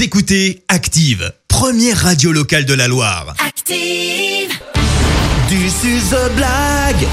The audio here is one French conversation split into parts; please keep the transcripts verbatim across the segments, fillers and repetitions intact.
Vous écoutez Active, première radio locale de la Loire. Active. This is a blague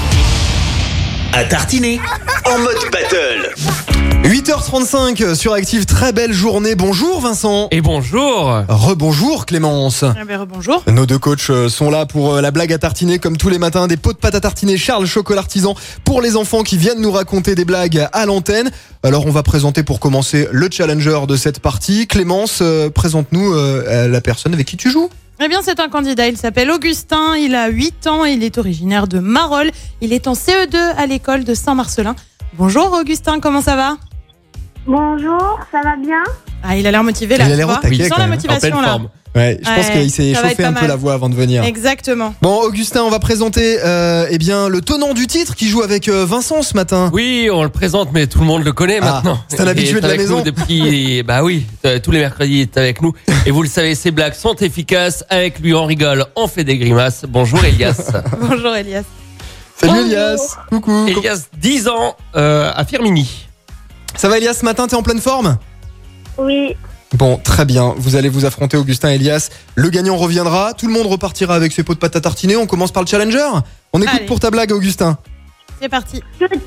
à tartiner en mode battle. huit heures trente-cinq sur Active, très belle journée. Bonjour Vincent. Et bonjour. Rebonjour Clémence. Eh bien, bonjour. Nos deux coachs sont là pour la blague à tartiner comme tous les matins. Des pots de pâte à tartiner Charles Chocolat Artisan pour les enfants qui viennent nous raconter des blagues à l'antenne. Alors on va présenter pour commencer le challenger de cette partie. Clémence, euh, présente-nous euh, la personne avec qui tu joues. Eh bien, c'est un candidat. Il s'appelle Augustin. Il a huit ans. Il est originaire de Marolles. Il est en C E deux à l'école de Saint-Marcelin. Bonjour Augustin, comment ça va ? Bonjour, ça va bien ? Ah, il a l'air motivé là. Il a l'air tu au vois. taquet, Il sent quand la même. motivation En pleine là. forme. Ouais, je pense Ouais, qu'il s'est ça va chauffé être un pas peu mal. la voix avant de venir. Exactement. Bon, Augustin, on va présenter euh, eh bien le tenant du titre qui joue avec euh, Vincent ce matin. Oui, on le présente, mais tout le monde le connaît Ah, maintenant. c'est un habitué Il est de la avec maison. nous depuis, bah oui, euh, tous les mercredis, il est avec nous. Et vous le savez, ses blagues sont efficaces. Avec lui, on rigole, on fait des grimaces. Bonjour Elias. Bonjour Elias. Salut Bonjour. Elias. Coucou. Elias, dix ans, euh, à Firminy. Ça va Elias, ce matin, t'es en pleine forme ? Oui, Bon, très bien. Vous allez vous affronter Augustin et Elias. Le gagnant reviendra. Tout le monde repartira avec ses pots de pâte à tartiner. On commence par le challenger. On écoute Allez. pour ta blague, Augustin. C'est parti. que, que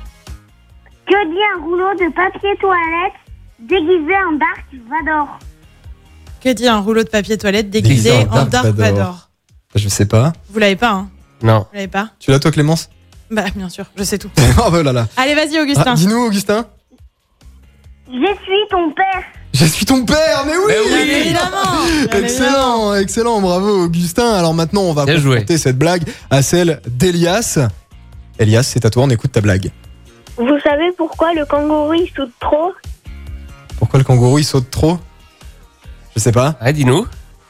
dit un rouleau de papier toilette déguisé en Dark Vador ? Que dit un rouleau de papier toilette déguisé Déguisé en en Dark Dark Vador. Vador ? Je sais pas. Vous l'avez pas, hein ? Non. Vous l'avez pas ? Tu l'as toi, Clémence ? Bah, bien sûr, je sais tout. Oh bah là là. Allez, vas-y Ah, Augustin. dis-nous, Augustin. Je suis ton père. Je suis ton père, mais oui, Mais oui. Bien évidemment. Bien évidemment. Excellent, excellent, bravo Augustin. Alors maintenant, on va Bien confronter cette blague à celle d'Elias. Elias, c'est à toi, on écoute ta blague. Vous savez pourquoi le kangourou il saute trop ? Pourquoi le kangourou il saute trop ? Je sais pas. Ah, dis-nous.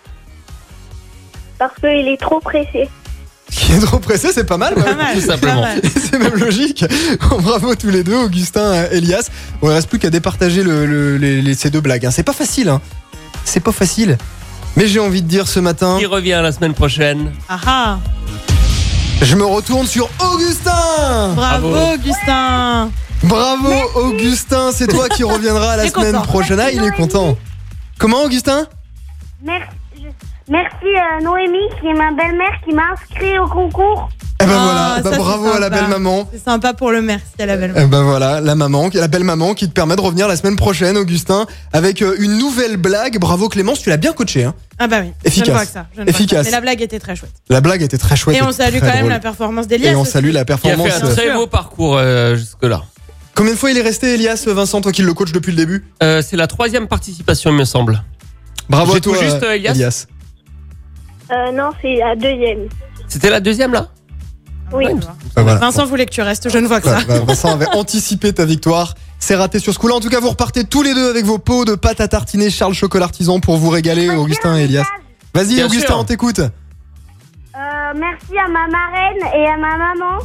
Parce qu'il est trop pressé. Qui est trop pressé, c'est pas mal. Pas ouais. mal. Tout simplement. pas mal. C'est même logique. Bravo tous les deux, Augustin, et Elias. Bon, il reste plus qu'à départager le, le- les, les- ces deux blagues. hein. C'est pas facile. Hein. C'est pas facile. Mais j'ai envie de dire ce matin, Qui revient la semaine prochaine? Ah ah. je me retourne sur Augustin. Bravo, Bravo. Augustin. Bravo Augustin, c'est toi qui reviendras la Il est semaine content. prochaine. Ah, il est content. Comment Augustin ? Merci, je- merci euh, Noémie, qui est ma belle-mère, qui m'a inscrit au concours. Eh ben Ah, voilà, ça, bah, c'est bravo à la sympa. belle maman. C'est sympa pour le merci à la belle. Eh ben voilà, la maman, la belle maman qui te permet de revenir la semaine prochaine, Augustin, avec euh, une nouvelle blague. Bravo Clémence, tu l'as bien coaché. Hein. Ah bah oui. Efficace. Je ne vois que ça. je ne vois que ça. Efficace. Mais la blague était très chouette. La blague était très chouette. Et on salue très quand même drôle. la performance d'Elias. Et on aussi. salue la Qui a performance. fait un euh, très beau parcours euh, jusque-là. Combien de fois il est resté, Elias, Vincent, toi qui le coach depuis le début ? Euh, c'est la troisième participation, il me semble. Bravo J'ai à toi, tout juste, euh, Elias Euh, non, c'est la deuxième. C'était la deuxième, là? Oui. Ouais, Bah, voilà. Vincent voulait que tu restes, je ne vois que Voilà, ça. bah, Vincent avait anticipé ta victoire. C'est raté sur ce coup-là. En tout cas, vous repartez tous les deux avec vos pots de pâte à tartiner Charles Chocolat Artisan pour vous régaler, Augustin et Elias. Vas-y, Bien Augustin, sûr. on t'écoute. Euh, merci à ma marraine et à ma maman.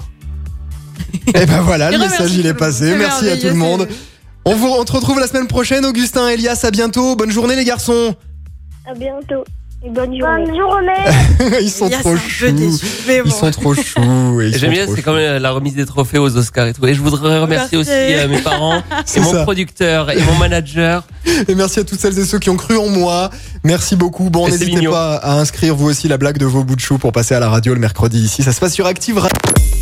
Et ben voilà, le Il message remercie il est tout le monde. passé. C'est Merci à tout le merveilleux, monde. c'est- On vous on te retrouve la semaine prochaine, Augustin et Elias. À bientôt. Bonne journée, les garçons. À bientôt. Et bonne journée. Bonne journée. Ils sont Elias, trop c'est un peu choux. déçu, mais bon. Ils sont trop choux. et ils J'aime sont bien, trop c'est choux. quand même la remise des trophées aux Oscars et tout. Et je voudrais remercier Merci. aussi euh, mes parents, et C'est mon ça. producteur, et mon manager. Et merci à toutes celles et ceux qui ont cru en moi. Merci beaucoup. Bon, Et c'est n'hésitez mignon. pas à inscrire vous aussi la blague de vos bouts de chou pour passer à la radio le mercredi ici. Ça se passe sur Active Radio.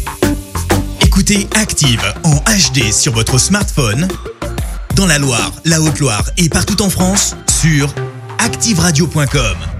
Écoutez Active en H D sur votre smartphone, dans la Loire, la Haute-Loire et partout en France, sur active radio point com.